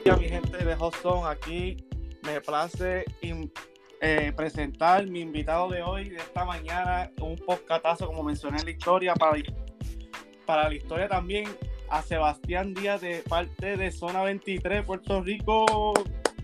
A mi gente de Hudson, aquí me place presentar mi invitado de hoy, de esta mañana, un podcastazo, como mencioné en la historia, para la historia también, a Sebastián Díaz de parte de Zona 23, Puerto Rico.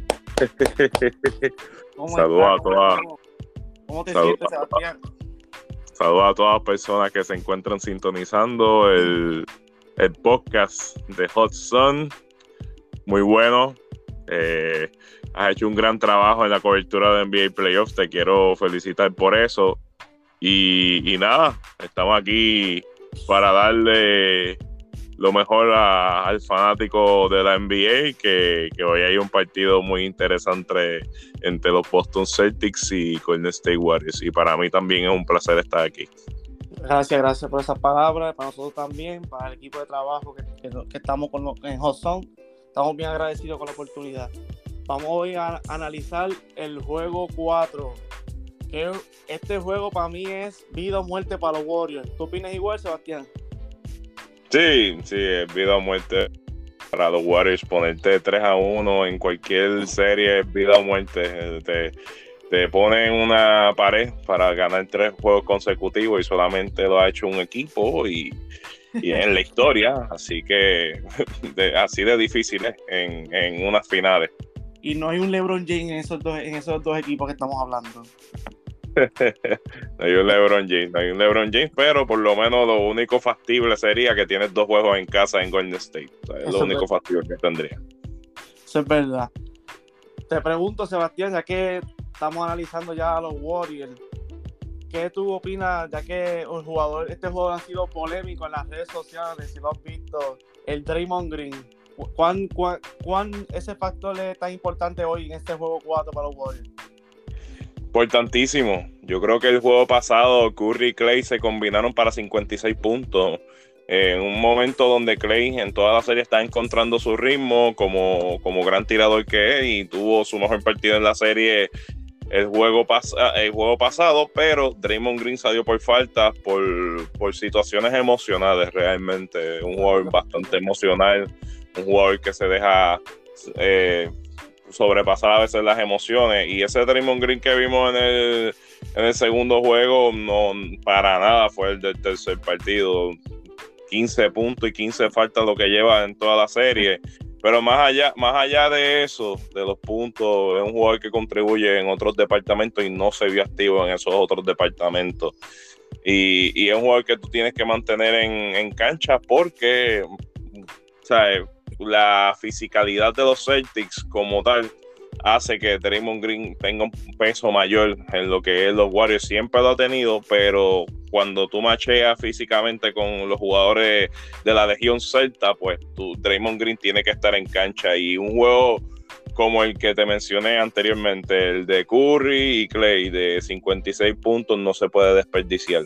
¿Cómo Saludos estás? a todas. ¿Cómo te Saludos sientes, Sebastián? Saludos a todas las personas que se encuentran sintonizando el podcast de Hot Sun. Muy bueno. Has hecho un gran trabajo en la cobertura de NBA Playoffs. Te quiero felicitar por eso. Y nada, estamos aquí para darle lo mejor al fanático de la NBA, que hoy hay un partido muy interesante entre los Boston Celtics y Golden State Warriors, y para mí también es un placer estar aquí. Gracias por esas palabras, para nosotros también, para el equipo de trabajo que estamos en Hudson. Estamos bien agradecidos con la oportunidad. Vamos hoy a analizar el juego 4, que este juego para mí es vida o muerte para los Warriors. ¿Tú opinas igual, Sebastián? Sí, es vida o muerte para los Warriors. Ponerte 3-1 en cualquier serie es vida o muerte. Te ponen una pared para ganar 3 juegos consecutivos y solamente lo ha hecho un equipo y en la historia, así que así de difícil es en unas finales. Y no hay un LeBron James en esos dos equipos que estamos hablando. No hay un LeBron James, pero por lo menos lo único factible sería que tienes 2 juegos en casa en Golden State. O sea, es lo único factible que tendría. Eso es verdad. Te pregunto, Sebastián, ya que estamos analizando ya a los Warriors, ¿qué tú opinas, ya que este jugador ha sido polémico en las redes sociales, si lo has visto, el Draymond Green? ¿Cuán ese factor es tan importante hoy en este juego 4 para los Warriors? Importantísimo. Yo creo que el juego pasado Curry y Klay se combinaron para 56 puntos. En un momento donde Klay en toda la serie está encontrando su ritmo como gran tirador que es, y tuvo su mejor partido en la serie el juego pasado, pero Draymond Green salió por falta, por situaciones emocionales realmente. Un jugador bastante emocional, un jugador que se deja sobrepasar a veces las emociones, y ese Draymond Green que vimos en el segundo juego no para nada fue el del tercer partido. 15 puntos y 15 faltas lo que lleva en toda la serie. Pero más allá de eso, de los puntos, es un jugador que contribuye en otros departamentos y no se vio activo en esos otros departamentos. Y es un jugador que tú tienes que mantener en cancha porque, ¿sabes?, la fisicalidad de los Celtics como tal hace que Draymond Green tenga un peso mayor en lo que es los Warriors. Siempre lo ha tenido, pero cuando tú macheas físicamente con los jugadores de la Legión Celta, pues Draymond Green tiene que estar en cancha. Y un juego como el que te mencioné anteriormente, el de Curry y Klay de 56 puntos, no se puede desperdiciar.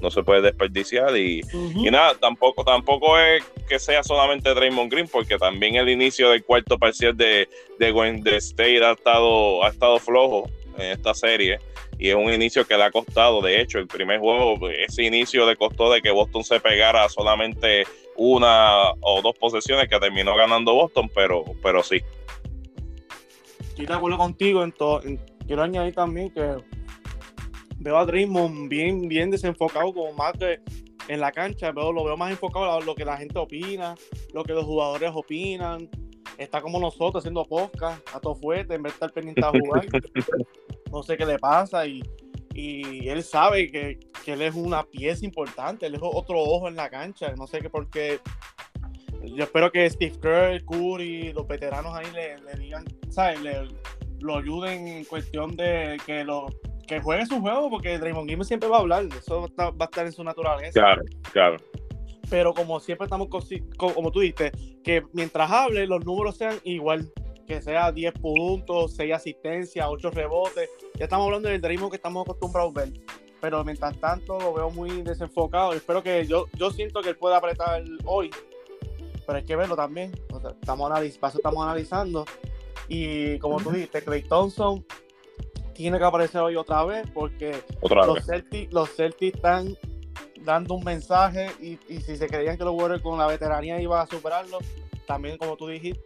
Y nada, tampoco es que sea solamente Draymond Green, porque también el inicio del cuarto parcial de Golden State ha estado flojo en esta serie, y es un inicio que le ha costado. De hecho, el primer juego, ese inicio le costó de que Boston se pegara solamente 1 o 2 posesiones, que terminó ganando Boston, pero sí. Estoy de acuerdo contigo quiero añadir también que veo a Draymond bien desenfocado, como más que en la cancha. Lo veo más enfocado a lo que la gente opina, lo que los jugadores opinan. Está como nosotros haciendo podcast a todo fuerte en vez de estar pendiente a jugar. No sé qué le pasa, y él sabe que él es una pieza importante, él es otro ojo en la cancha. No sé por qué. Yo espero que Steve Kerr, Curry, los veteranos ahí le digan, ¿sabes?, lo ayuden en cuestión de que juegue su juego, porque Draymond Green siempre va a hablar, eso va a estar en su naturaleza. Claro. Pero como siempre estamos, como tú dices, que mientras hable, los números sean igual, que sea 10 puntos, 6 asistencias, 8 rebotes. Ya estamos hablando del Draymond que estamos acostumbrados a ver. Pero mientras tanto lo veo muy desenfocado. Espero que yo siento que él pueda apretar hoy, pero hay que verlo también. O sea, estamos analizando. Y como tú dijiste, Klay Thompson tiene que aparecer hoy otra vez, porque los Celtics están dando un mensaje, y si se creían que los Warriors con la veteranía iba a superarlo, también, como tú dijiste,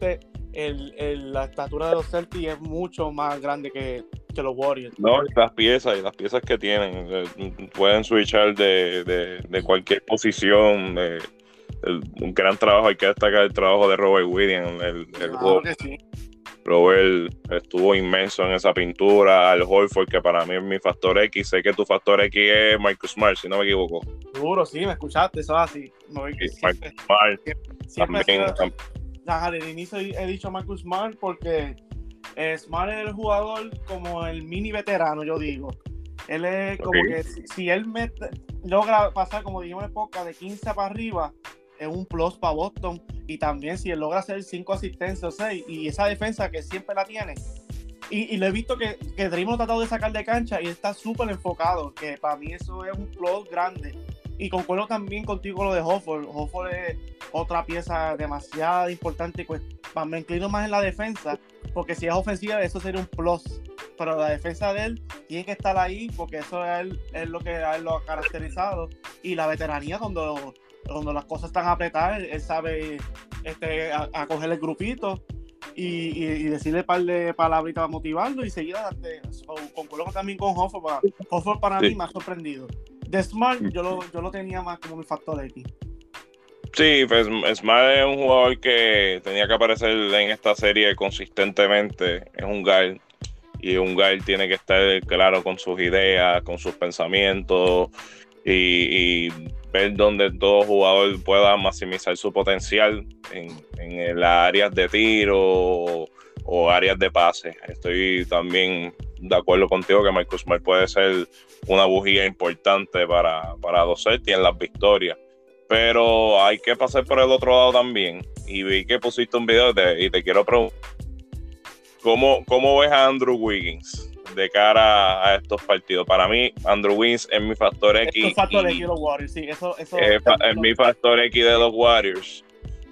la estatura de los Celtics es mucho más grande que los Warriors. No, y las piezas que tienen, pueden switchar de cualquier posición. Un gran trabajo, hay que destacar el trabajo de Robert Williams. Claro que sí. Robert estuvo inmenso en esa pintura. Al Horford, que para mí es mi factor X. Sé que tu factor X es Marcus Smart, si no me equivoco. Seguro, sí, me escuchaste, eso es así. Marcus Smart Siempre al inicio he dicho Marcus Smart porque Smart es el jugador como el mini veterano, yo digo. Él es como que si él logra pasar, como dijimos en época, de 15 para arriba, es un plus para Boston. Y también si él logra hacer 5 asistencias o 6, y esa defensa que siempre la tiene. Y lo he visto que Draymond lo ha tratado de sacar de cancha y está súper enfocado, que para mí eso es un plus grande. Y concuerdo también contigo lo de Horford. Horford es otra pieza demasiado importante. Pues, me inclino más en la defensa, porque si es ofensiva, eso sería un plus. Pero la defensa de él tiene que estar ahí, porque eso es lo que a él lo ha caracterizado. Y la veteranía, cuando las cosas están apretadas, él sabe a coger el grupito y decirle un par de palabritas para motivarlo y seguir adelante. Concuerdo también con Horford. Horford para mí me ha sorprendido. De Smart, yo lo tenía más como mi factor X. Sí, pues Smart es un jugador que tenía que aparecer en esta serie consistentemente. Es un guard, y un guard tiene que estar claro con sus ideas, con sus pensamientos, y ver dónde todo jugador pueda maximizar su potencial en las áreas de tiro o áreas de pase. Estoy también de acuerdo contigo que Marcus Smart puede ser una bujía importante para los Celtics en las victorias, pero hay que pasar por el otro lado también. Y vi que pusiste un video y te quiero preguntar ¿cómo ves a Andrew Wiggins de cara a estos partidos? Para mí Andrew Wiggins es mi factor X. Es factor X de los Warriors, sí, eso es mi factor X de los Warriors,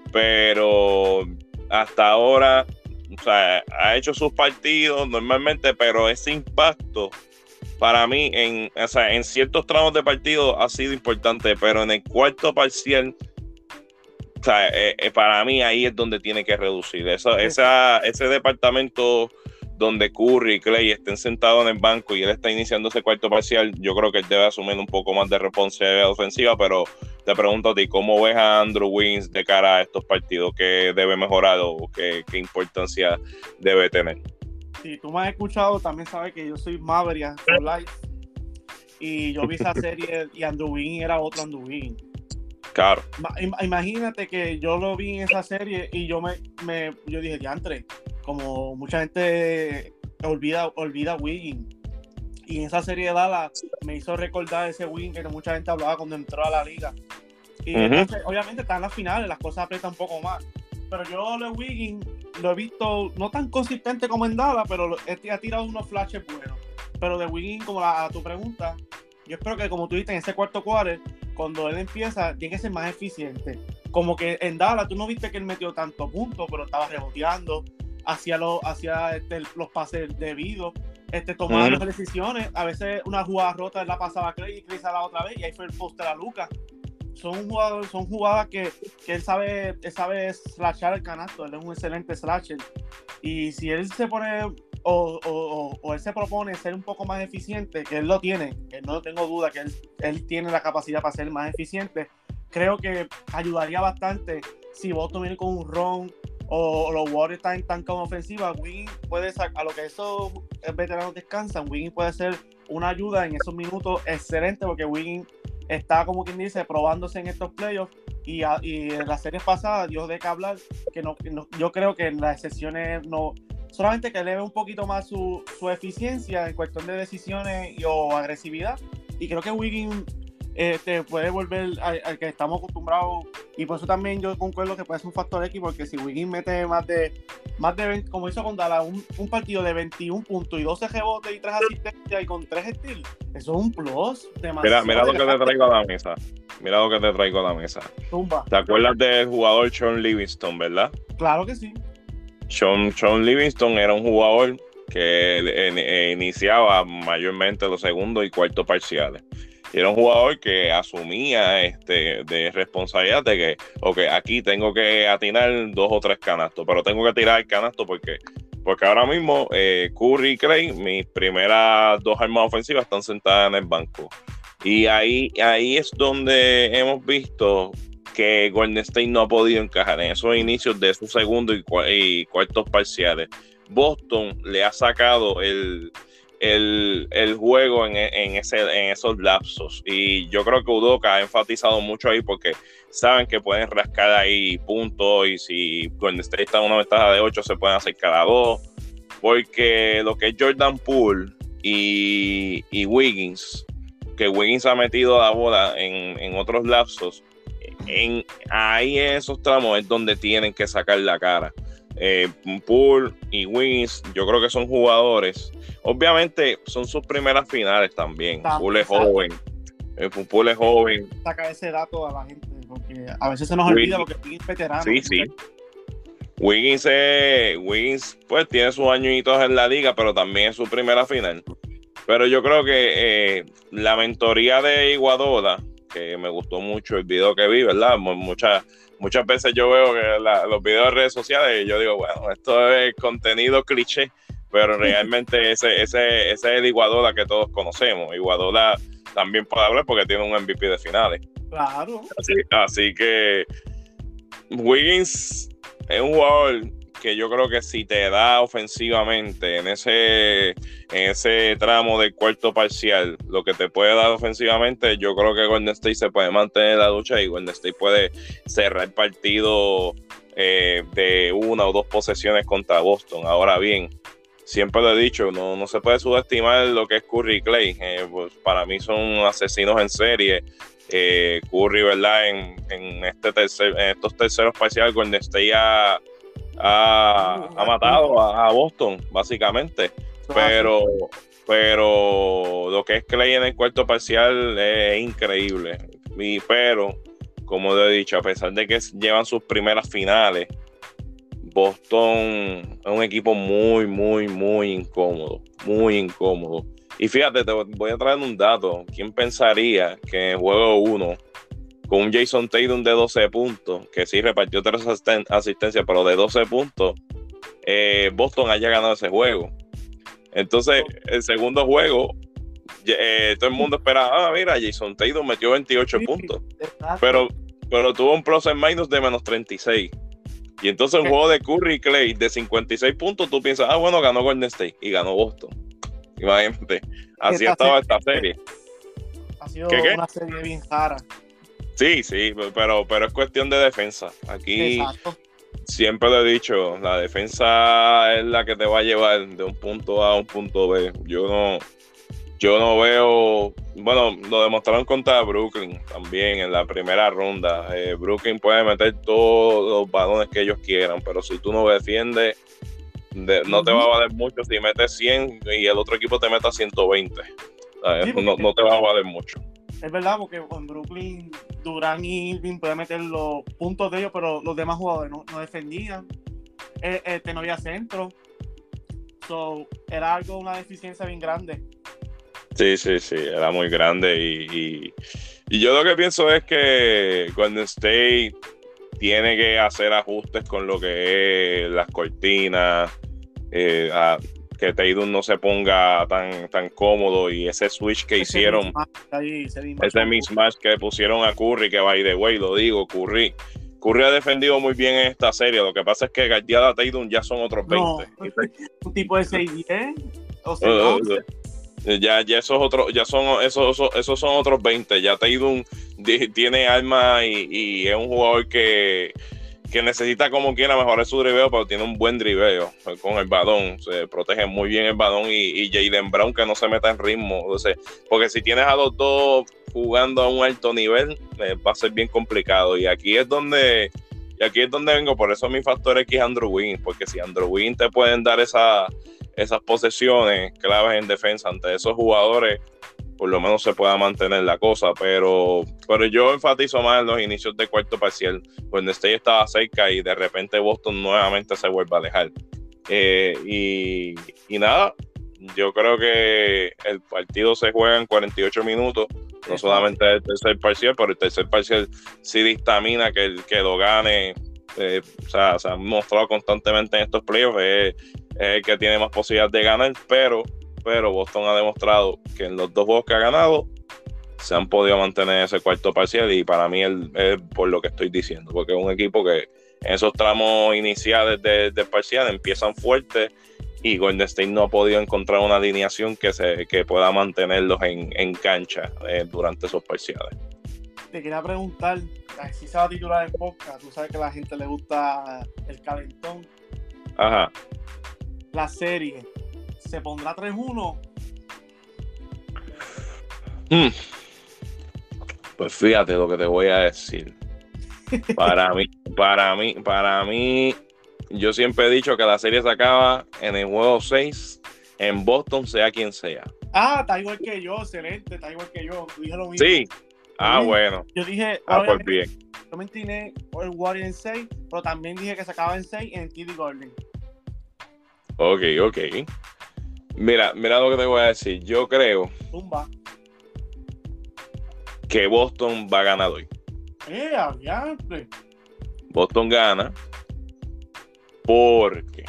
pero hasta ahora, o sea, ha hecho sus partidos normalmente, pero ese impacto para mí en ciertos tramos de partido ha sido importante, pero en el cuarto parcial, o sea, para mí ahí es donde tiene que reducir. Ese departamento donde Curry y Clay estén sentados en el banco y él está iniciando ese cuarto parcial, yo creo que él debe asumir un poco más de responsabilidad ofensiva. Pero te pregunto a ti, ¿cómo ves a Andrew Wiggins de cara a estos partidos? ¿Qué debe mejorar o qué importancia debe tener? Si tú me has escuchado, también sabes que yo soy Maverick for Life, y yo vi esa serie y Andrew Wiggins era otro Andrew Wiggins. Claro. Imagínate que yo lo vi en esa serie y yo dije, diantre, como mucha gente olvida Wiggins. Y en esa serie de Dallas me hizo recordar ese Wiggins que mucha gente hablaba cuando entró a la liga. Y entonces, obviamente, está en las finales, las cosas apretan un poco más. Pero yo lo de Wiggins lo he visto no tan consistente como en Dallas, pero ha tirado unos flashes buenos. Pero de Wiggins, como a tu pregunta, yo espero que, como tú dijiste, en ese cuarto quarter, cuando él empieza, tiene que ser más eficiente. Como que en Dallas, tú no viste que él metió tantos puntos, pero estaba reboteando, hacía los pases debidos, tomaba las decisiones. A veces una jugada rota él la pasaba a Clay y Clay la otra vez, y ahí fue el poste a Luka. Son jugadas que él sabe slashar el canasto. Él es un excelente slasher. Y si él se pone o él se propone ser un poco más eficiente, que él lo tiene, que no tengo duda que él tiene la capacidad para ser más eficiente, creo que ayudaría bastante si Boston viene con un run o los Warriors están tan como ofensiva. Wiggins puede a lo que esos veteranos descansan, Wiggins puede ser una ayuda en esos minutos excelente, porque Wiggins está, como quien dice, probándose en estos playoffs, y en las series pasadas dio de qué hablar, que yo creo que en las sesiones no, solamente que eleve un poquito más su eficiencia en cuestión de decisiones o agresividad, y creo que Wiggins puede volver al que estamos acostumbrados, y por eso también yo concuerdo que puede ser un factor X, porque si Wiggins mete más de 20, como hizo con Dallas, un partido de 21 puntos y 12 rebotes y 3 asistencias y con 3 steals, eso es un plus. Mira lo que te traigo a la mesa. Mira lo que te traigo a la mesa. Tumba. ¿Te acuerdas del jugador Sean Livingston, verdad? Claro que sí. Sean Livingston era un jugador que iniciaba mayormente los segundos y cuartos parciales. Y era un jugador que asumía de responsabilidad de que, ok, aquí tengo que atinar 2 o 3 canastos, pero tengo que tirar el canasto porque ahora mismo Curry y Clay, mis primeras 2 armas ofensivas, están sentadas en el banco. Y ahí es donde hemos visto que Golden State no ha podido encajar en esos inicios de sus segundos y cuartos parciales. Boston le ha sacado el juego en esos lapsos, y yo creo que Udoka ha enfatizado mucho ahí porque saben que pueden rascar ahí puntos, y si Golden State está en una ventaja de 8 se pueden acercar a 2, porque lo que es Jordan Poole y Wiggins, que Wiggins ha metido la bola en otros lapsos, ahí en esos tramos es donde tienen que sacar la cara. Poole y Wiggins, yo creo que son jugadores, obviamente son sus primeras finales también. Poole es joven, Poole es joven. Saca ese dato a la gente, porque a veces se nos olvida porque es veterano. Sí. Wiggins pues tiene sus añitos en la liga, pero también es su primera final. Pero yo creo que la mentoría de Iguodala, que me gustó mucho el video que vi, ¿verdad? Muchas veces yo veo que los videos de redes sociales y yo digo, bueno, esto es contenido cliché, pero realmente ese es el Iguodala que todos conocemos. Iguodala también puede hablar porque tiene un MVP de finales. Claro. Así que Wiggins es un jugador que yo creo que si te da ofensivamente en ese tramo del cuarto parcial, lo que te puede dar ofensivamente, yo creo que Golden State se puede mantener en la lucha y Golden State puede cerrar el partido de 1 o 2 posesiones contra Boston. Ahora bien, siempre lo he dicho, no se puede subestimar lo que es Curry y Clay. Pues para mí son asesinos en serie. Curry, ¿verdad? En estos terceros parciales, Golden State ha matado a Boston, básicamente. Pero lo que es Clay en el cuarto parcial es increíble. Pero, como lo he dicho, a pesar de que llevan sus primeras finales, Boston es un equipo muy, muy, muy incómodo. Muy incómodo. Y fíjate, te voy a traer un dato. ¿Quién pensaría que en el juego 1, con un Jason Tatum de 12 puntos, que sí repartió 3 asistencias, pero de 12 puntos, Boston haya ganado ese juego? Entonces, el segundo juego, todo el mundo esperaba, mira, Jason Tatum metió 28 puntos, pero tuvo un plus en minus de menos 36. Y entonces un juego de Curry y Clay de 56 puntos, tú piensas, bueno, ganó Golden State y ganó Boston. Imagínate, así estaba esta serie. Ha sido una serie bien rara. Sí, pero es cuestión de defensa. Aquí siempre lo he dicho, la defensa es la que te va a llevar de un punto A a un punto B. Yo no veo, bueno, lo demostraron contra Brooklyn también en la primera ronda. Brooklyn puede meter todos los balones que ellos quieran, pero si tú no defiendes, no te va a valer mucho si metes 100 y el otro equipo te meta 120. Sí, no te va a valer mucho. Es verdad, porque en Brooklyn, Durant y Irving pueden meter los puntos de ellos, pero los demás jugadores no defendían. No había centro. Era una deficiencia bien grande. Sí, era muy grande. Y yo lo que pienso es que Golden State tiene que hacer ajustes con lo que es las cortinas, que Tatum no se ponga tan cómodo, y ese switch que hicieron, ese mismatch que pusieron a Curry, que by the way, lo digo, Curry ha defendido muy bien en esta serie. Lo que pasa es que guardiar a Tatum ya son otros 20. Un tipo de 6-10 o 6-11. Ya esos son otros 20. Ya Tatum tiene armas y es un jugador que necesita como quiera mejorar su driveo, pero tiene un buen driveo con el balón, se protege muy bien el balón, y Jaylen Brown que no se meta en ritmo. Entonces, porque si tienes a los dos jugando a un alto nivel, va a ser bien complicado, y aquí es donde vengo. Por eso mi factor X es Andrew Wiggins, porque si Andrew Wiggins te pueden dar esas posesiones claves en defensa ante esos jugadores, por lo menos se pueda mantener la cosa, pero yo enfatizo más en los inicios de cuarto parcial, cuando State estaba cerca y de repente Boston nuevamente se vuelve a alejar. Y nada, yo creo que el partido se juega en 48 minutos, No solamente el tercer parcial, pero el tercer parcial sí dictamina que el que lo gane. O sea, se ha mostrado constantemente en estos playoffs, es el que tiene más posibilidades de ganar, pero Boston ha demostrado que en los 2 juegos que ha ganado se han podido mantener ese cuarto parcial, y para mí es por lo que estoy diciendo, porque es un equipo que en esos tramos iniciales del parcial empiezan fuertes, y Golden State no ha podido encontrar una alineación que pueda mantenerlos en cancha durante esos parciales. Te quería preguntar, si se va a titular el podcast, tú sabes que a la gente le gusta el calentón. Ajá. La serie, ¿se pondrá 3-1? Pues fíjate lo que te voy a decir. Para mí, yo siempre he dicho que la serie se acaba en el juego 6 en Boston, sea quien sea. Está igual que yo, excelente, está igual que yo. Dije lo mismo. Sí. Bueno. Yo dije, pues bien. Yo me incliné por el Warriors en 6, pero también dije que se acaba en 6 en el TD Garden. Ok. Mira lo que te voy a decir. Yo creo que Boston va a ganar hoy. Adiante. Boston gana porque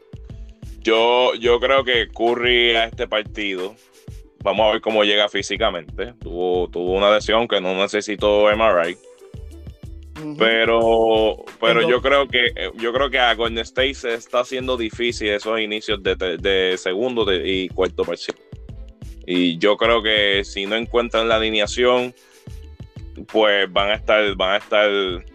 yo creo que Curry a este partido, vamos a ver cómo llega físicamente. Tuvo una lesión que no necesitó MRI. Uh-huh. Pero yo creo que a Golden State se está haciendo difícil esos inicios de segundo y cuarto parcial. Y yo creo que si no encuentran la alineación, pues van a estar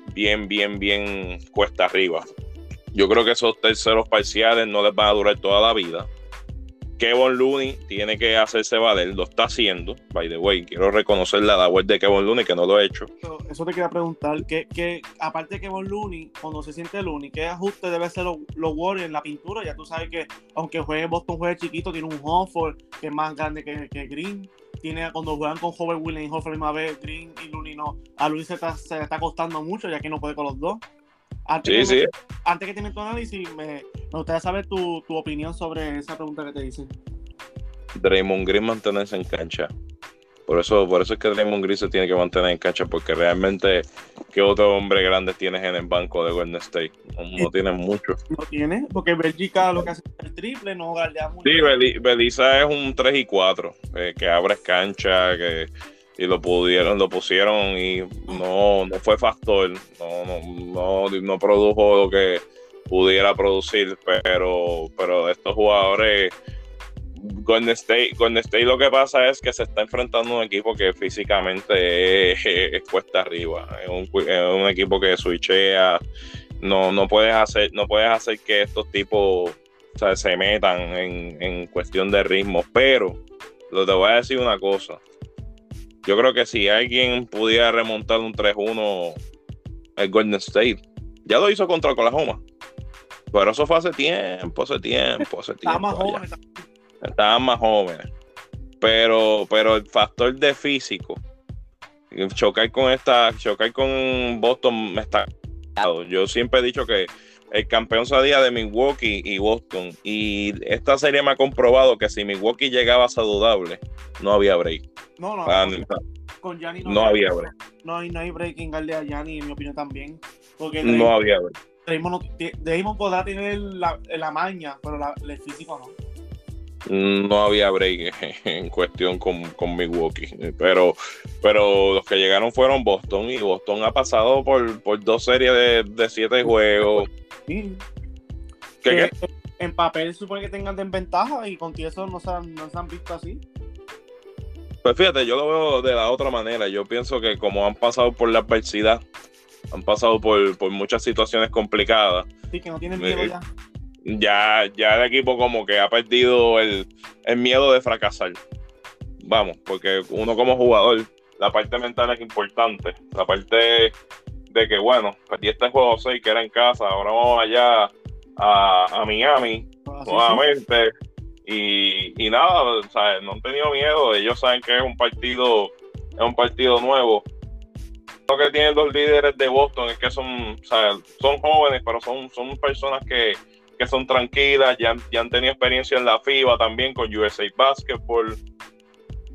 bien cuesta arriba. Yo creo que esos terceros parciales no les van a durar toda la vida. Kevon Looney tiene que hacerse valer, lo está haciendo, by the way. Quiero reconocer la labor de Kevon Looney, que no lo he hecho. Eso te quería preguntar, que aparte de Kevon Looney, cuando se siente Looney, ¿qué ajuste debe hacer los Warriors en la pintura? Ya tú sabes que aunque Boston juegue chiquito, tiene un Horford que es más grande que Green. Cuando juegan con Howard Williams y Horford la misma vez, Green y Looney no. A Looney se le está costando mucho, ya que no puede con los dos. Antes que termine tu análisis, me gustaría saber tu opinión sobre esa pregunta que te hice. Draymond Green mantenerse en cancha. Por eso es que Draymond Green se tiene que mantener en cancha, porque realmente, ¿qué otro hombre grande tienes en el banco de Golden State? No tienen mucho. No tiene, porque Bélgica lo que hace es el triple, no galdea mucho. Sí, Belisa es un 3 y 4, que abre cancha, y lo pusieron y no fue factor, no produjo lo que pudiera producir, pero estos jugadores, Golden State lo que pasa es que se está enfrentando a un equipo que físicamente es cuesta arriba, es un equipo que switchea, no puedes hacer que estos tipos, o sea, se metan en cuestión de ritmo, pero te voy a decir una cosa. Yo creo que si alguien pudiera remontar un 3-1 el Golden State, ya lo hizo contra Oklahoma, pero eso fue hace tiempo. Estaban más jóvenes. Pero el factor de físico, chocar con Boston me está. Yo siempre he dicho que el campeón salía de Milwaukee y Boston, y esta serie me ha comprobado que si Milwaukee llegaba saludable, no había break. Con Gianni no había break. No hay break en darle a Gianni, en mi opinión también. Porque no había break. Draymond podrá tener la maña, pero el físico no. No había break en cuestión con Milwaukee, pero los que llegaron fueron Boston, y Boston ha pasado por 2 series de 7 juegos. Sí. ¿Qué? En papel supone que tengan desventaja, y contigo eso no se han visto así. Pues fíjate, yo lo veo de la otra manera. Yo pienso que como han pasado por la adversidad, han pasado por muchas situaciones complicadas. Sí, que no tienen miedo ya. Ya el equipo como que ha perdido el miedo de fracasar. Vamos, porque uno como jugador, la parte mental es importante. La parte de que, bueno, perdí este juego 6 que era en casa, ahora vamos allá a Miami nuevamente. Sí. Y nada, o sea, no han tenido miedo. Ellos saben que es un partido nuevo. Lo que tienen los líderes de Boston es que son jóvenes, pero son personas que son tranquilas, ya han tenido experiencia en la FIBA también con USA Basketball.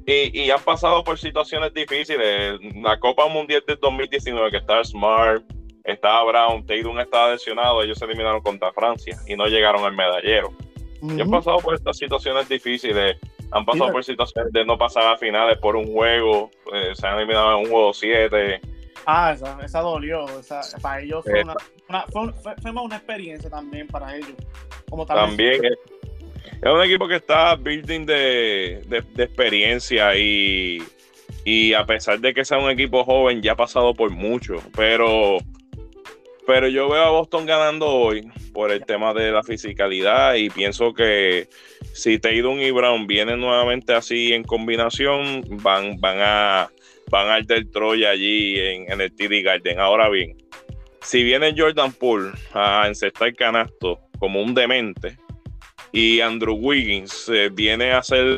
Y han pasado por situaciones difíciles. La Copa Mundial del 2019, que estaba Smart, estaba Brown, Tatum estaba lesionado, ellos se eliminaron contra Francia y no llegaron al medallero. Y han pasado por estas situaciones difíciles, han pasado por situaciones de no pasar a finales por un juego, se han eliminado en un juego 7. Esa dolió. Para ellos fue más una experiencia también para ellos. Como también es un equipo que está building de experiencia y a pesar de que sea un equipo joven, ya ha pasado por mucho, pero yo veo a Boston ganando hoy por el tema de la fisicalidad y pienso que si Tatum y Brown vienen nuevamente así en combinación, van a arder Troya allí en el TD Garden. Ahora bien, si viene Jordan Poole a encestar canasto como un demente y Andrew Wiggins viene a hacer,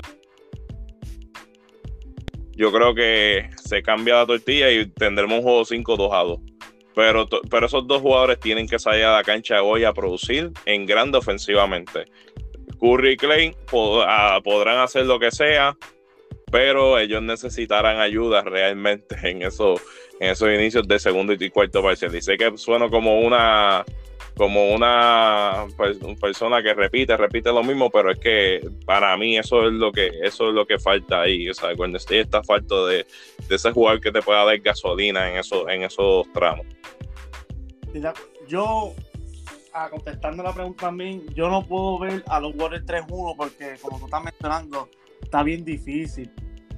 yo creo que se cambia la tortilla y tendremos un juego 5-2-2. Pero esos dos jugadores tienen que salir a la cancha hoy a producir en grande ofensivamente. Curry y Clay podrán hacer lo que sea, pero ellos necesitarán ayuda realmente en esos inicios de segundo y cuarto parcial. Y sé que sueno como una persona que repite lo mismo, pero es que para mí eso es lo que falta ahí. O sea, Golden State está falto de ese jugador que te pueda dar gasolina en esos tramos. Yo, contestando la pregunta también, yo no puedo ver a los Warriors 3-1 porque, como tú estás mencionando, está bien difícil.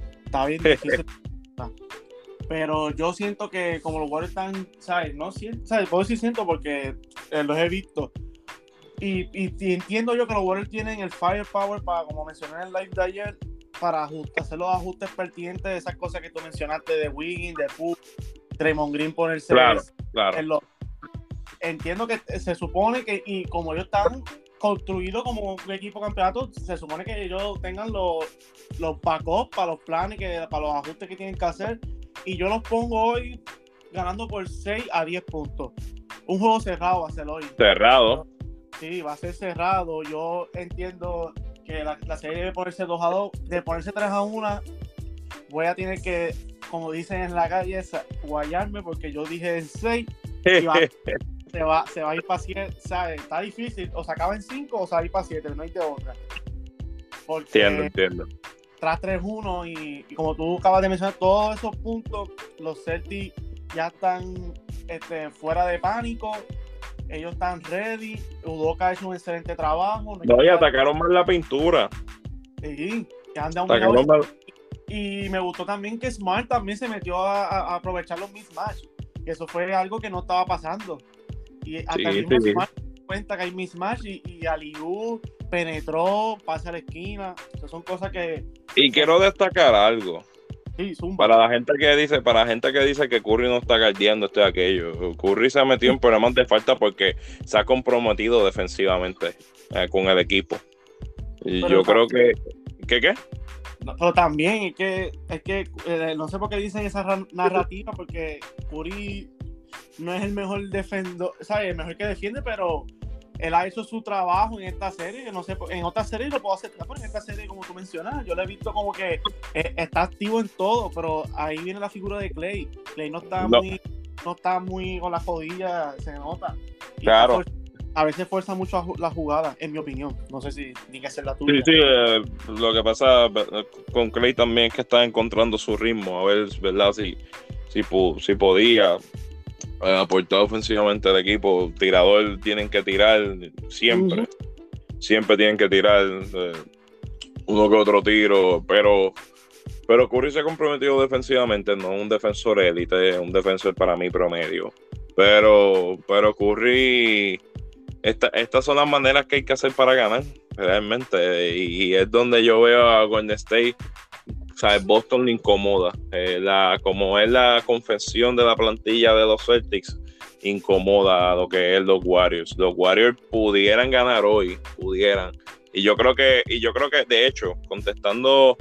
Pero yo siento que como los Warriors están, ¿sabes? No siento, ¿sabes? Puedo decir siento porque los he visto. Y entiendo yo que los Warriors tienen el firepower para, como mencioné en el live de ayer, para hacer los ajustes pertinentes de esas cosas que tú mencionaste de Wiggins, de Poole, Draymond Green ponerse claro. Entiendo que se supone que, y como ellos están construidos como un equipo campeonato, se supone que ellos tengan los backups para los planes, para los ajustes que tienen que hacer, y yo los pongo hoy ganando por 6-10 puntos. Un juego cerrado va a ser hoy. Cerrado. Sí, va a ser cerrado. Yo entiendo que la serie debe ponerse 2-2, de ponerse 3-1, voy a tener que, como dicen en la calle, guayarme porque yo dije en 6 y se va a ir para 7, ¿sabes? Está difícil, o se acaba en 5 o se va a ir para 7, no hay de otra. Porque entiendo. Tras 3-1 y como tú acabas de mencionar, todos esos puntos, los Celtics ya están fuera de pánico, ellos están ready, Udoka ha hecho un excelente trabajo. No, y atacaron más la pintura. Sí, que han dado un mejor. Y me gustó también que Smart también se metió a aprovechar los mismatch, que eso fue algo que no estaba pasando. Y hasta el mismo Smart se cuenta que hay mismatch y Aliu penetró, pasa a la esquina. Esas son cosas que... Y quiero destacar algo. Sí, para la gente que dice que Curry no está guardiando esto y aquello. Curry se ha metido en problemas de falta porque se ha comprometido defensivamente con el equipo. Y yo creo que... ¿Qué? No, pero también es que no sé por qué dicen esa narrativa, porque Curry no es el mejor defensor, ¿sabes? El mejor que defiende, pero él ha hecho su trabajo en esta serie. No sé, en otras series lo puedo hacer, pero en esta serie, como tú mencionas, yo lo he visto como que está activo en todo, pero ahí viene la figura de Clay. Clay no está muy con la jodilla, se nota. Y claro. A veces fuerza mucho la jugada, en mi opinión. No sé si tiene que ser la tuya. Sí, lo que pasa con Clay también es que está encontrando su ritmo, a ver, ¿verdad? Si podía aportar ofensivamente al equipo. Tirador tienen que tirar siempre. Siempre tienen que tirar uno que otro tiro, pero Curry se ha comprometido defensivamente, no un defensor élite, un defensor para mí promedio. Pero Curry... Estas son las maneras que hay que hacer para ganar, realmente. Y es donde yo veo a Golden State, ¿sabes? Boston le incomoda. Como es la confección de la plantilla de los Celtics, incomoda a lo que es los Warriors. Los Warriors pudieran ganar hoy, Y yo creo que de hecho, contestando,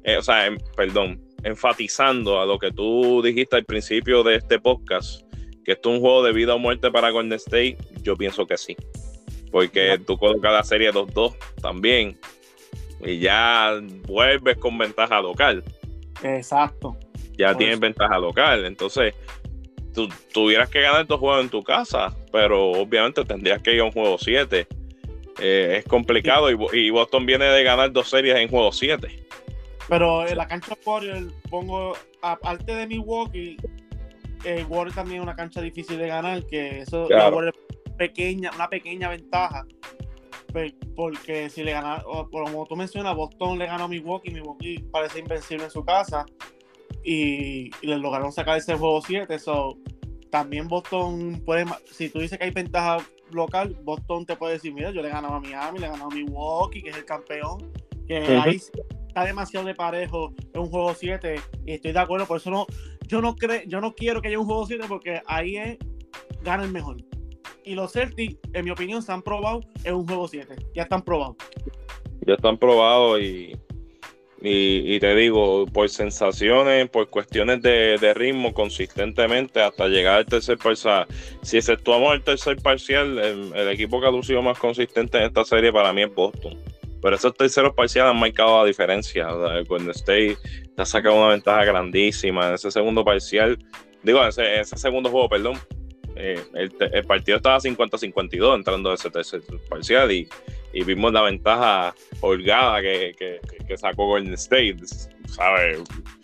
enfatizando a lo que tú dijiste al principio de este podcast, que esto es un juego de vida o muerte para Golden State, yo pienso que sí. Porque tú colocas la serie 2-2 también y ya vuelves con ventaja local. Exacto. Ya tienes ventaja local. Entonces, tú tuvieras que ganar 2 juegos en tu casa, pero obviamente tendrías que ir a un juego 7. Es complicado y Boston viene de ganar 2 series en juego 7. Pero en la cancha Warriors, pongo, aparte de Milwaukee, Warriors también es una cancha difícil de ganar, que eso Claro. Warriors una pequeña ventaja. Porque si le gana, como tú mencionas, Boston le ganó a Milwaukee parece invencible en su casa y le lograron sacar ese juego 7. So, también Boston puede, si tú dices que hay ventaja local, Boston te puede decir, mira, yo le he ganado a Miami, le he ganado a Milwaukee, que es el campeón, que ahí está demasiado de parejo en un juego 7 y estoy de acuerdo, por eso yo no quiero que haya un juego 7 porque ahí gana el mejor. Y los Celtics, en mi opinión, se han probado en un juego 7. Ya están probados. Ya están probados y te digo, por sensaciones, por cuestiones de ritmo, consistentemente, hasta llegar al tercer parcial. Si exceptuamos el tercer parcial, el equipo que ha lucido más consistente en esta serie para mí es Boston. Pero esos terceros parciales han marcado la diferencia. El Golden State te ha sacado una ventaja grandísima en ese segundo parcial. Digo, en ese segundo juego, perdón. El partido estaba 50-52 entrando a ese tercer parcial y vimos la ventaja holgada que sacó Golden State, ¿sabes?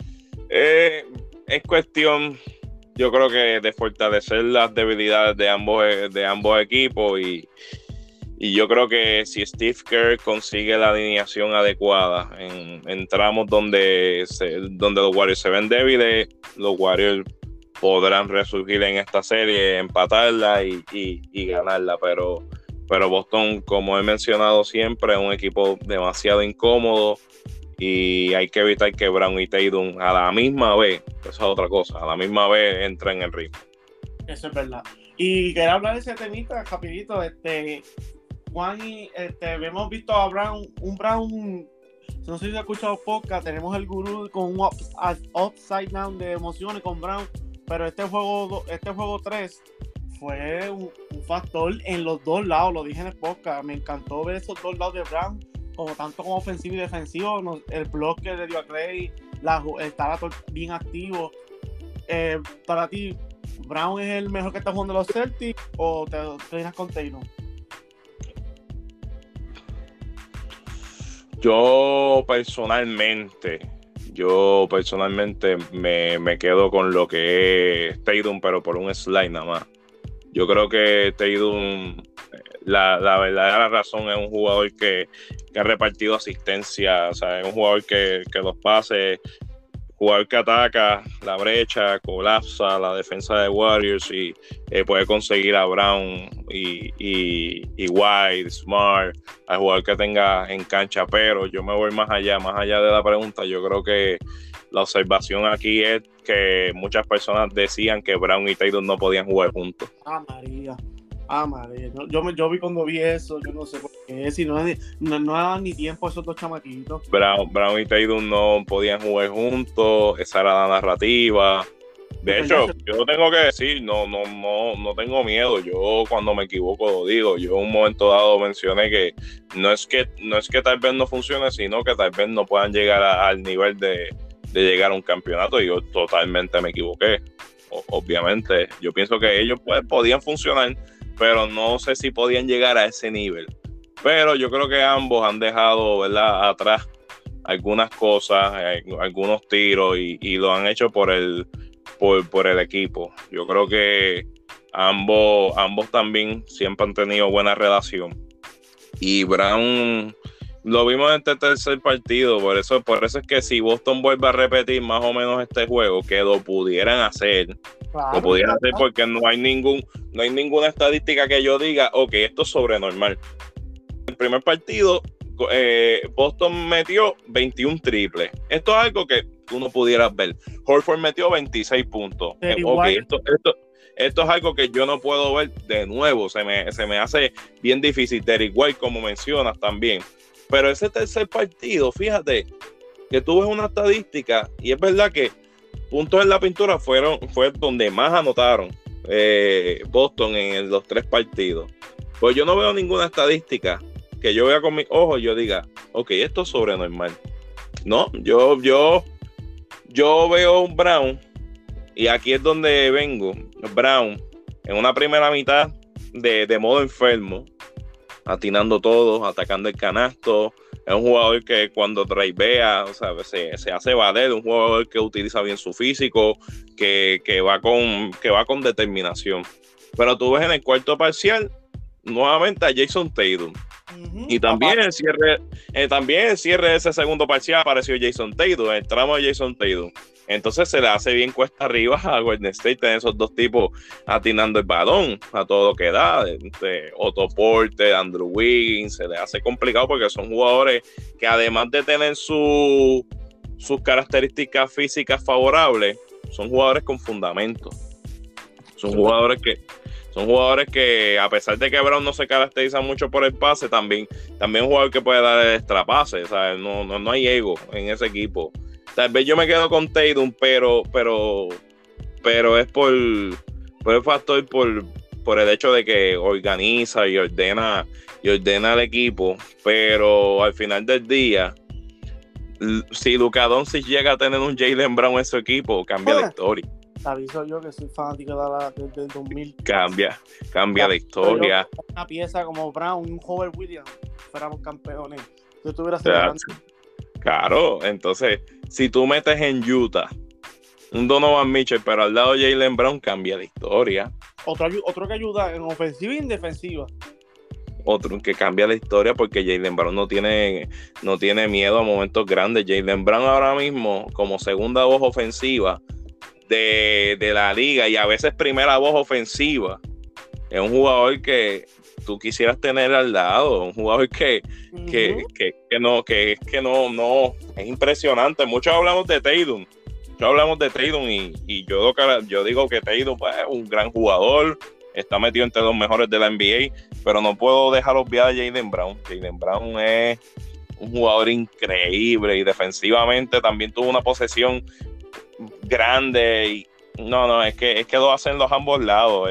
Es cuestión, yo creo que de fortalecer las debilidades de ambos equipos y yo creo que si Steve Kerr consigue la alineación adecuada en tramos donde los Warriors se ven débiles, los Warriors podrán resurgir en esta serie, empatarla y ganarla, pero Boston, como he mencionado siempre, es un equipo demasiado incómodo y hay que evitar que Brown y Tatum a la misma vez, esa es otra cosa, a la misma vez entren en el ritmo. Eso es verdad. Y quería hablar de ese temita rapidito, Juan, hemos visto a Brown, no sé si has escuchado podcast, tenemos el gurú con un upside down de emociones con Brown, pero este juego 3 fue un factor en los dos lados, lo dije en el podcast, me encantó ver esos dos lados de Brown, tanto como ofensivo y defensivo, el bloque le dio a Clay, estaba bien activo. Para ti, ¿Brown es el mejor que está jugando los Celtics o te irás con Tatum? Yo personalmente me quedo con lo que es Tatum, pero por un slide nada más. Yo creo que Tatum, la verdadera razón, es un jugador que ha repartido asistencia, o sea, es un jugador que los pases, jugador que ataca la brecha, colapsa la defensa de Warriors y puede conseguir a Brown y White, Smart, al jugador que tenga en cancha. Pero yo me voy más allá de la pregunta. Yo creo que la observación aquí es que muchas personas decían que Brown y Tatum no podían jugar juntos. María. Yo vi cuando vi eso, yo no sé por qué, si no daban ni tiempo a esos dos chamaquitos. Brown y Tatum no podían jugar juntos, esa era la narrativa. De hecho, yo tengo que decir, no tengo miedo. Yo cuando me equivoco lo digo. Yo en un momento dado mencioné que no es que tal vez no funcione, sino que tal vez no puedan llegar al nivel de llegar a un campeonato, y yo totalmente me equivoqué. Obviamente, yo pienso que ellos podían funcionar, pero no sé si podían llegar a ese nivel. Pero yo creo que ambos han dejado, ¿verdad?, atrás algunas cosas, algunos tiros, y lo han hecho por el equipo. Yo creo que ambos también siempre han tenido buena relación. Y Brown lo vimos en este tercer partido, por eso es que si Boston vuelve a repetir más o menos este juego, que lo pudieran hacer, claro, porque no hay ninguna estadística que yo diga, ok, esto es sobrenormal. El primer partido, Boston metió 21 triples. Esto es algo que tú no pudieras ver. Horford metió 26 puntos. Okay, esto es algo que yo no puedo ver de nuevo. Se me hace bien difícil. Derrick White, como mencionas también. Pero ese tercer partido, fíjate que tú ves una estadística y es verdad que puntos en la pintura fue donde más anotaron Boston en los 3 partidos. Pues yo no veo ninguna estadística que yo vea con mis ojos y yo diga, ok, esto es sobrenormal. No, yo yo veo un Brown, y aquí es donde vengo, Brown, en una primera mitad de modo enfermo, atinando todo, atacando el canasto. Es un jugador que cuando drivea, o sea, se hace valer, un jugador que utiliza bien su físico, que va con determinación. Pero tú ves en el cuarto parcial nuevamente a Jason Tatum. Y también el cierre de ese segundo parcial apareció Jason Tatum, el tramo de Jason Tatum. Entonces se le hace bien cuesta arriba a Golden State tener esos dos tipos atinando el balón a todo lo que da. Otto Porter, Andrew Wiggins, se le hace complicado porque son jugadores que además de tener sus características físicas favorables, son jugadores con fundamento. Son jugadores que a pesar de que Brown no se caracteriza mucho por el pase, también un jugador que puede dar el extra pase, ¿sabes? No hay ego en ese equipo. Tal vez yo me quedo con Tatum, pero es por el factor por el hecho de que organiza y ordena al equipo, pero al final del día, si Luka Doncic llega a tener un Jaylen Brown en su equipo, cambia la historia. Te aviso yo que soy fanático del 2000. Cambia la historia. Una pieza como Brown, un Howard Williams, fuéramos campeones. Yo estuviera celebrando. Claro, entonces, si tú metes en Utah un Donovan Mitchell, pero al lado de Jaylen Brown, cambia la historia. Otro que ayuda en ofensiva y en defensiva. Otro que cambia la historia porque Jaylen Brown no tiene miedo a momentos grandes. Jaylen Brown ahora mismo, como segunda voz ofensiva de la liga y a veces primera voz ofensiva, es un jugador que tú quisieras tener al lado, un jugador que no es impresionante. Muchos hablamos de Tatum y yo digo que Tatum pues, es un gran jugador, está metido entre los mejores de la NBA, pero no puedo dejar obviar a Jaylen Brown. Jaylen Brown es un jugador increíble y defensivamente también tuvo una posesión grande y es que lo hacen los ambos lados.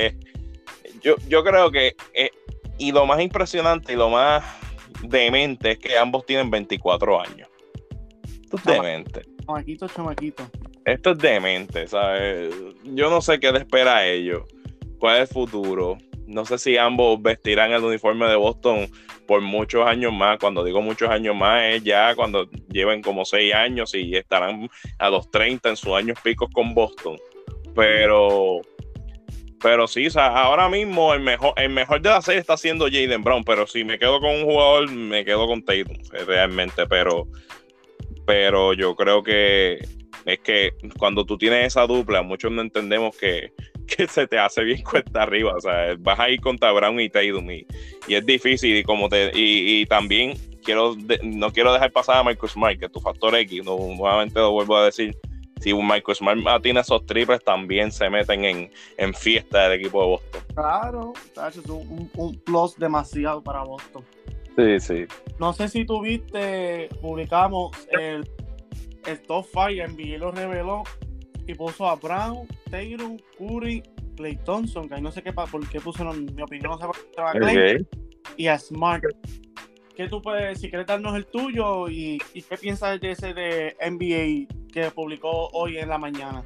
Yo creo que y lo más impresionante y lo más demente es que ambos tienen 24 años. Esto es demente. Chamaquito. Esto es demente, ¿sabes? Yo no sé qué le espera a ellos. ¿Cuál es el futuro? No sé si ambos vestirán el uniforme de Boston por muchos años más. Cuando digo muchos años más es ya cuando lleven como 6 años y estarán a los 30 en sus años picos con Boston. Pero sí, o sea, ahora mismo el mejor de la serie está siendo Jaylen Brown, pero si me quedo con un jugador, me quedo con Tatum, realmente, pero yo creo que es que cuando tú tienes esa dupla, muchos no entendemos que se te hace bien cuesta arriba, o sea, vas a ir contra Brown y Tatum y es difícil y también no quiero dejar pasar a Marcus Smart, que es tu factor X, nuevamente lo vuelvo a decir. Si Marcus Smart tiene esos triples, también se meten en fiesta del equipo de Boston. Claro, es un plus demasiado para Boston. Sí. No sé si tuviste, publicamos el top 5, NBA lo reveló y puso a Brown, Tatum, Curry, Klay Thompson, que ahí no sé por qué pusieron, mi opinión, no sé por qué a Klay, y a Smart. ¿Qué tú puedes, si quieres darnos el tuyo y qué piensas de ese de NBA que publicó hoy en la mañana?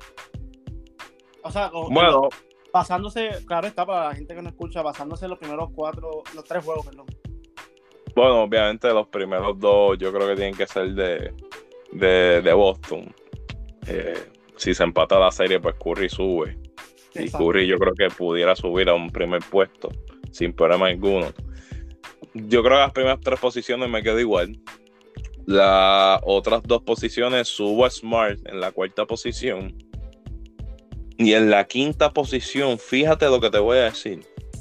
O sea, basándose, claro está, para la gente que no escucha, basándose en los los 3 juegos, perdón. Bueno, obviamente los primeros 2 yo creo que tienen que ser de Boston. Si se empata la serie, pues Curry sube. Exacto. Y Curry yo creo que pudiera subir a un primer puesto sin problema alguno. Yo creo que las primeras 3 posiciones me quedo igual. Las otras 2 posiciones subo a Smart en la 4ª posición. Y en la 5ª posición, fíjate lo que te voy a decir.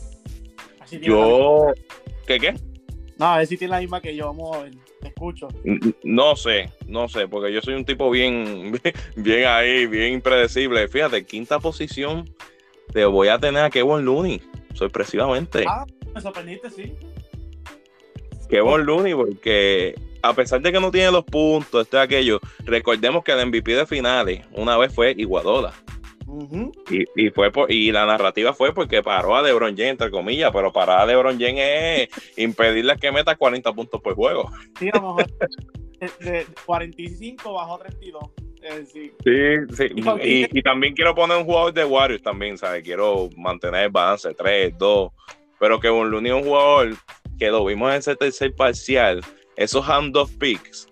¿Qué? No, a ver si tiene la misma que yo, vamos a ver. Te escucho. No sé, porque yo soy un tipo bien impredecible. Fíjate, 5ª posición, te voy a tener a Kevon Looney, sorpresivamente. Me sorprendiste, sí. Kevon Looney, porque a pesar de que no tiene los puntos, recordemos que el MVP de finales una vez fue Iguodala. Uh-huh. Y la narrativa fue porque paró a LeBron James, entre comillas, pero parar a LeBron James es impedirle que meta 40 puntos por juego. Sí, a lo mejor de 45 bajó a 32 Sí. Sí. Y también quiero poner un jugador de Warriors también, ¿sabes? Quiero mantener el balance 3-2. Pero Kevon Looney es un jugador que lo vimos en ese tercer parcial. Esos handoff picks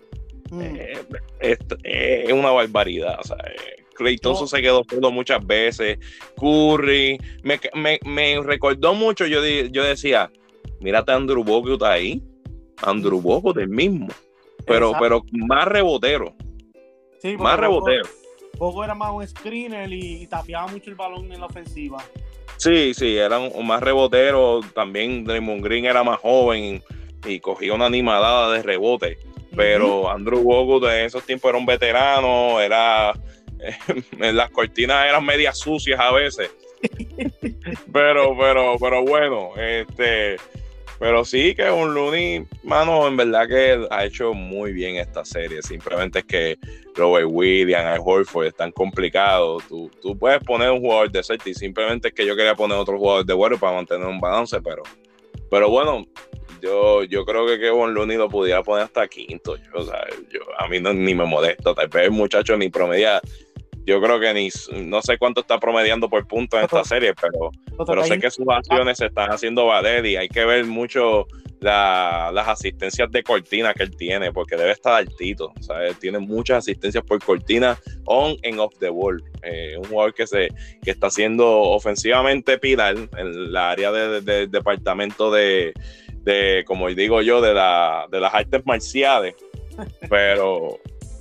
es una barbaridad, ¿sabes? Klay Thompson se quedó solo muchas veces. Curry me recordó mucho. Yo decía, mírate a Andrew Bogut ahí. Andrew Bogut el mismo. Pero más rebotero. Sí, más rebotero. Bogut era más un screener y tapeaba mucho el balón en la ofensiva. Sí, era un más rebotero. También Draymond Green era más joven y cogía una animalada de rebote. Pero Andrew Bogut en esos tiempos era un veterano, las cortinas eran medias sucias a veces. pero bueno, pero sí que un Looney, mano, en verdad que ha hecho muy bien esta serie. Simplemente es que Robert Williams, Al Horford están complicados. Tú puedes poner un jugador de Celtics, simplemente es que yo quería poner otro jugador de Warriors para mantener un balance, pero bueno, yo creo que Kevon Looney lo pudiera poner hasta quinto. A mí ni me molesta. Tal vez el muchacho ni promedia. Yo creo que no sé cuánto está promediando por puntos en esta serie, pero sé que sus acciones se están haciendo valer y hay que ver mucho las asistencias de cortina que él tiene, porque debe estar altito. ¿Sabes? Tiene muchas asistencias por cortina on and off the ball. Un jugador que está siendo ofensivamente pilar en la área del departamento de como digo yo, de las artes marciales. Pero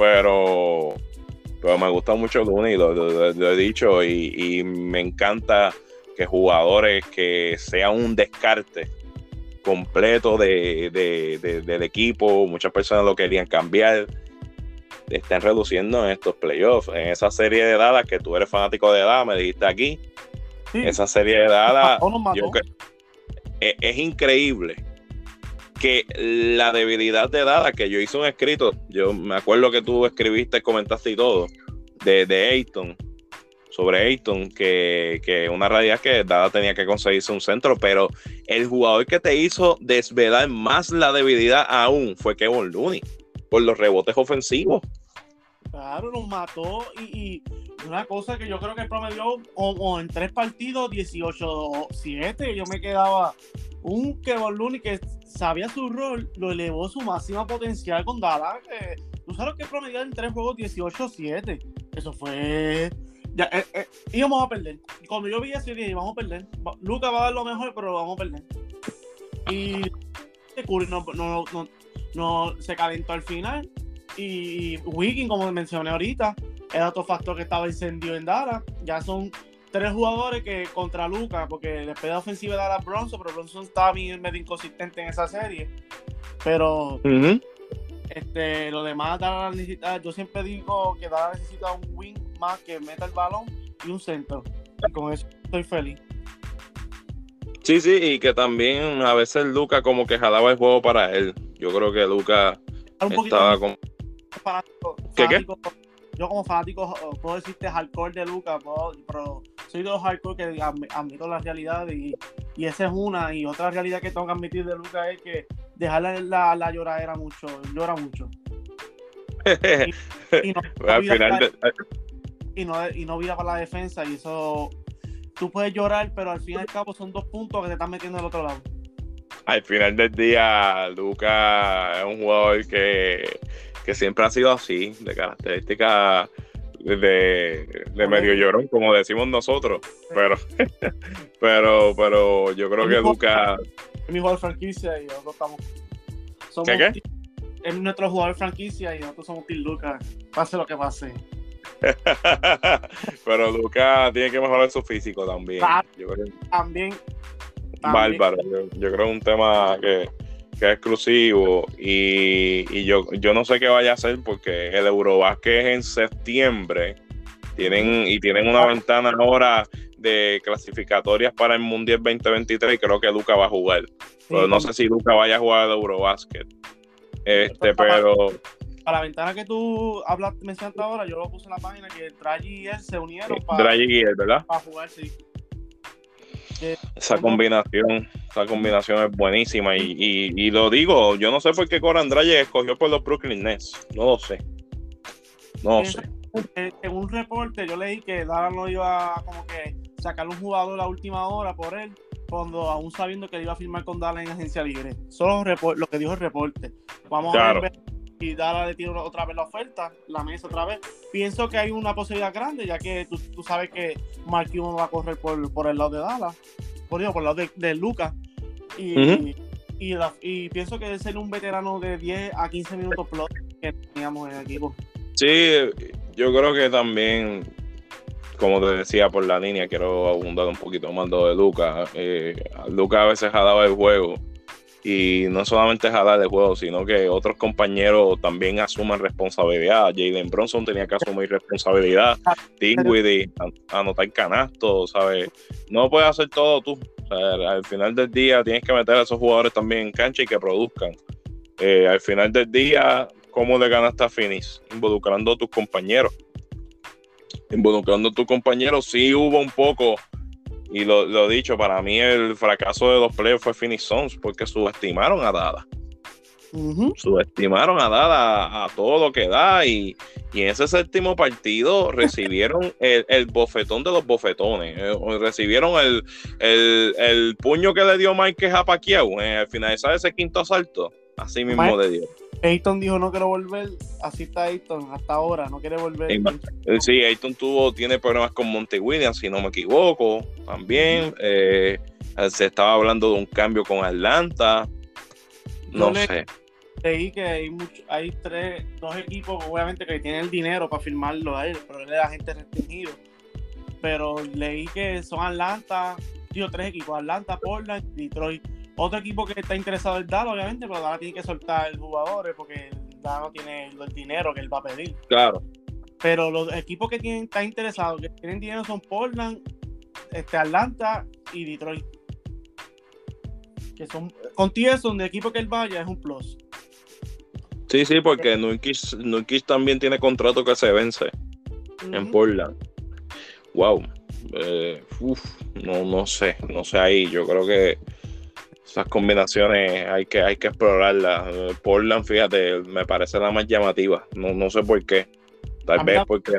me gusta mucho Looney, lo he dicho, y me encanta que jugadores que sean un descarte completo del equipo, muchas personas lo querían cambiar, estén reduciendo en estos playoffs. En esa serie de Dallas, que tú eres fanático de Dallas, me dijiste aquí, esa serie de Dallas, es increíble que la debilidad de Dallas, que yo hice un escrito, yo me acuerdo que tú escribiste, comentaste y todo, de Ayton, sobre Ayton, que una realidad que Dallas tenía que conseguirse un centro, pero el jugador que te hizo desvelar más la debilidad aún fue Kevon Looney, por los rebotes ofensivos. Claro, nos mató y una cosa que yo creo que promedió o en 3 partidos 18-7, yo me quedaba un Kevon Looney que sabía su rol, lo elevó a su máxima potencial con Dallas, que tú sabes que promedió en 3 juegos 18-7, eso fue, íbamos a perder, y cuando yo vi eso yo dije, vamos a perder, Luka va a dar lo mejor pero vamos a perder, y Curry no se calentó al final. Y Wiggins, como mencioné ahorita, era otro factor que estaba encendido en Dallas. Ya son 3 jugadores que contra Luka, porque después de la ofensiva de Dallas Bronson, pero Bronson estaba medio inconsistente en esa serie. Pero lo demás, Dallas necesita, yo siempre digo que Dallas necesita un wing más que meta el balón y un centro. Y con eso estoy feliz. Sí, y que también a veces Luka como que jalaba el juego para él. Yo creo que Luka estaba como... fanático, yo como fanático puedo decirte hardcore de Luka, pero soy de los hardcore que admito la realidad y esa es una, y otra realidad que tengo que admitir de Luka es que dejarle la lloradera mucho, llora mucho y no vira para la defensa, y eso tú puedes llorar, pero al fin y al cabo son 2 puntos que te están metiendo del otro lado. Al final del día, Luka es un jugador que siempre ha sido así, de características de medio llorón, como decimos nosotros. Pero yo creo que Luka es mi jugador franquicia y nosotros somos ¿Qué? Es nuestro jugador franquicia y nosotros somos Team Luka, pase lo que pase. Pero Luka tiene que mejorar su físico también. Yo creo también. Bárbaro. Yo creo que es un tema que es exclusivo y yo no sé qué vaya a hacer, porque el Eurobásquet es en septiembre. Tienen una ventana ahora de clasificatorias para el Mundial 2023 y creo que Luka va a jugar. Pero no sé si Luka vaya a jugar el Eurobásquet. Pero... Para la ventana que tú mencionaste ahora, yo lo puse en la página que Dragic y él se unieron para... Dragic y él, ¿verdad? Para jugar, sí. Esa combinación es buenísima y lo digo, yo no sé por qué Goran Dragic escogió por los Brooklyn Nets, no lo sé. En un reporte yo leí que Dallas no iba a como que sacar un jugador a última hora por él, cuando aún sabiendo que él iba a firmar con Dallas en agencia libre. Solo lo que dijo el reporte. Vamos a ver si Dallas le tira otra vez la oferta, la mesa otra vez. Pienso que hay una posibilidad grande, ya que tú sabes que Mark Cuban va a correr por el lado de Dallas, por el lado de Lucas. Y pienso que debe ser un veterano de 10 a 15 minutos plus que teníamos en el equipo. Sí, yo creo que también, como te decía, por la línea, quiero abundar un poquito más de Lucas. Lucas a veces jalaba el juego, y no solamente jalar el juego, sino que otros compañeros también asuman responsabilidad. Jalen Brunson tenía que asumir responsabilidad, Dinwiddie anotar canastos, ¿sabes? No puedes hacer todo tú. O sea, al final del día tienes que meter a esos jugadores también en cancha y que produzcan. Al final del día, ¿cómo le ganaste a Phoenix? Involucrando a tus compañeros. Sí hubo un poco, y lo dicho, para mí el fracaso de los playoffs fue Phoenix Suns, porque subestimaron a Dallas. Subestimaron a Dallas a todo lo que da, y en ese séptimo partido recibieron el bofetón de los bofetones. Recibieron el puño que le dio Mike a Pacquiao al finalizar ese quinto asalto. Así mismo le dio. Ayton dijo no quiero volver, así está Ayton hasta ahora, no quiere volver. Sí, Ayton tiene problemas con Monty Williams, si no me equivoco, también. Se estaba hablando de un cambio con Atlanta, no sé. Leí que hay dos equipos obviamente que tienen el dinero para firmarlo a él, pero él es agente restringido. Pero leí que son tres equipos, Atlanta, Portland, Detroit. Otro equipo que está interesado en Dallas, obviamente, pero Dallas tiene que soltar jugadores porque Dallas no tiene el dinero que él va a pedir. Claro. Pero los equipos que están interesados, que tienen dinero, son Portland, Atlanta y Detroit. Que son, contigo son de equipo que él vaya, es un plus. Sí, porque Nurkic también tiene contrato que se vence en Portland. Wow. No sé ahí. Yo creo que esas combinaciones hay que explorarlas. Portland, fíjate, me parece la más llamativa. No sé por qué. Tal vez porque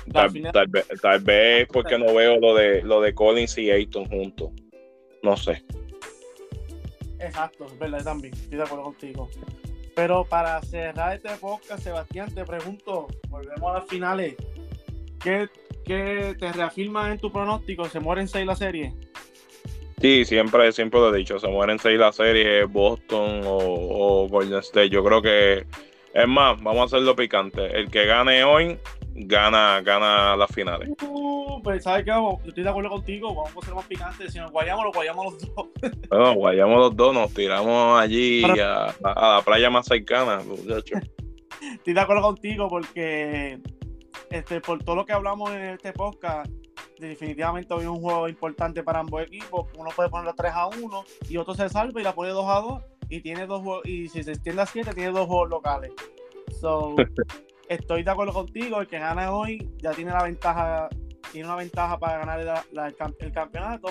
no veo lo de Collins y Ayton juntos. No sé. Exacto, es verdad, también. Estoy de acuerdo contigo. Pero para cerrar este podcast, Sebastián, te pregunto, volvemos a las finales. ¿Qué te reafirmas en tu pronóstico? ¿Se mueren 6 la serie? Sí, siempre lo he dicho, se mueren 6 la serie, Boston o Golden State. Yo creo que, es más, vamos a hacerlo picante. El que gane hoy, gana las finales. Pues sabes que yo estoy de acuerdo contigo, vamos a ser más picantes. Si nos guayamos los dos. Bueno, guayamos los dos, nos tiramos allí a la playa más cercana, muchachos. Estoy de acuerdo contigo porque por todo lo que hablamos en este podcast, definitivamente hoy es un juego importante para ambos equipos. Uno puede ponerlo 3-1 y otro se salva y la pone 2-2 y tiene dos juegos, y si se extiende a 7 tiene 2 juegos locales. Estoy de acuerdo contigo, el que gana hoy ya tiene una ventaja para ganar el campeonato.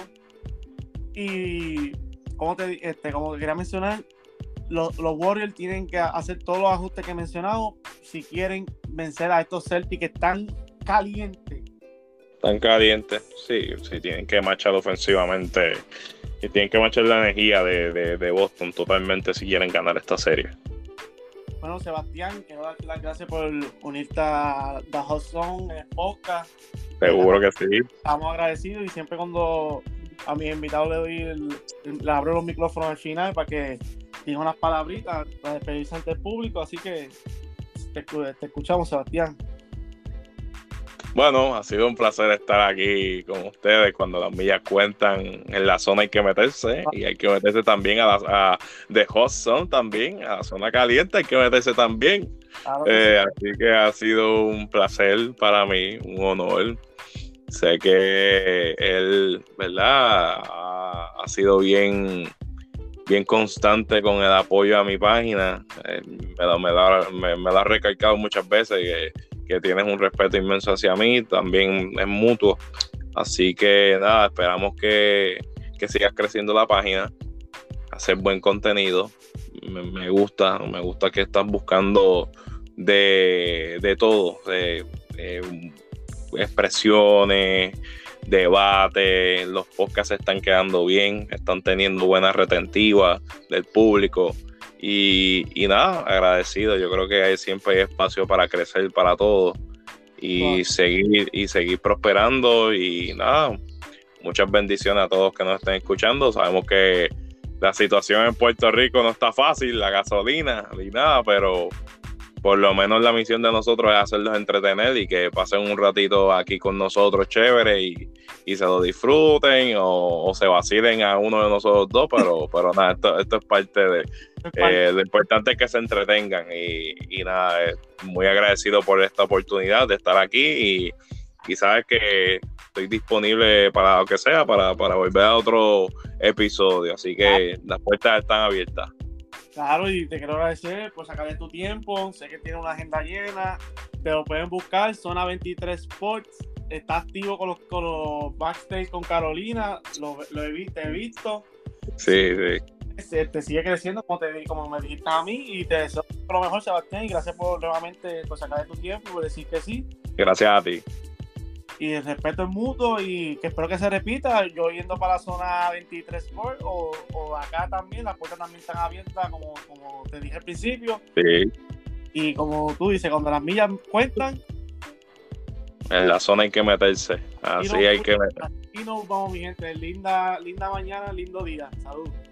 Y como quería mencionar, los Warriors tienen que hacer todos los ajustes que he mencionado si quieren vencer a estos Celtics que están calientes. Tan calientes, sí, tienen que marchar ofensivamente y tienen que marchar la energía de Boston totalmente si quieren ganar esta serie. Bueno, Sebastián, quiero darte las gracias por unirte a The Hot Zone en el podcast. Seguro que sí. Estamos agradecidos y siempre cuando a mis invitados le abro los micrófonos al final para que diga unas palabritas para despedirse ante el público, así que te escuchamos, Sebastián. Bueno, ha sido un placer estar aquí con ustedes. Cuando las millas cuentan, en la zona hay que meterse, y hay que meterse también a The Hot Zone también, a la zona caliente hay que meterse también. Así que ha sido un placer para mí, un honor. Sé que él, ¿verdad? Ha sido bien constante con el apoyo a mi página. Me lo ha recalcado muchas veces que tienes un respeto inmenso hacia mí, también es mutuo. Así que nada, esperamos que sigas creciendo la página, hacer buen contenido. Me gusta que estás buscando de todo, expresiones, debate, los podcasts se están quedando bien, están teniendo buena retentiva del público y nada, agradecido. Yo creo que siempre hay espacio para crecer para todos y seguir prosperando y nada, muchas bendiciones a todos que nos estén escuchando. Sabemos que la situación en Puerto Rico no está fácil, la gasolina ni nada, pero por lo menos la misión de nosotros es hacerlos entretener y que pasen un ratito aquí con nosotros chévere y se lo disfruten o se vacilen a uno de nosotros dos, pero nada, esto es parte de lo importante es que se entretengan y nada, muy agradecido por esta oportunidad de estar aquí y sabes que estoy disponible para lo que sea, para volver a otro episodio, así que las puertas están abiertas. Claro, y te quiero agradecer por sacarle tu tiempo. Sé que tiene una agenda llena. Te lo pueden buscar, Zona 23 Sports. Está activo con los backstage con Carolina. Te he visto. Sí. Te sigue creciendo como me dijiste a mí. Y te deseo lo mejor, Sebastián. Y gracias nuevamente por sacarle tu tiempo y por decir que sí. Gracias a ti. Y el respeto es mutuo y que espero que se repita. Yo yendo para la Zona 23 Sport o acá también, las puertas también están abiertas como te dije al principio. Sí. Y como tú dices, cuando las millas cuentan, en la zona hay que meterse. Así hay que meterse. Aquí nos vamos, mi gente. Linda mañana, lindo día. Salud.